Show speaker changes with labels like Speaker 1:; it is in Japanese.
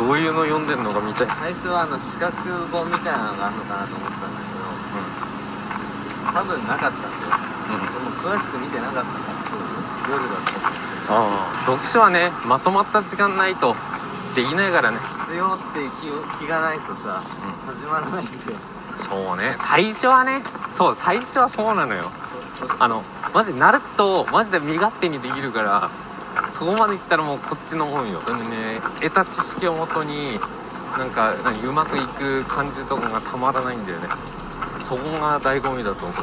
Speaker 1: どういうの読んでんのか見たい。
Speaker 2: 最初は資格本みたいなのがあるのかなと思ったんだけど、多分なかったんだよ。でも詳しく見てなかったから夜だった。
Speaker 1: 読書はね、まとまった時間ないとできないからね。
Speaker 2: 必要って気がないとさ、始まらないんだよ。
Speaker 1: そうね、最初はね、そう最初はそうなのよ。マジナルトマジで身勝手にできるから、そこまでいったらもうこっちのもんよ。それでね、得た知識をもとにうまくいく感じとかがたまらないんだよね。そこが醍醐味だと思う。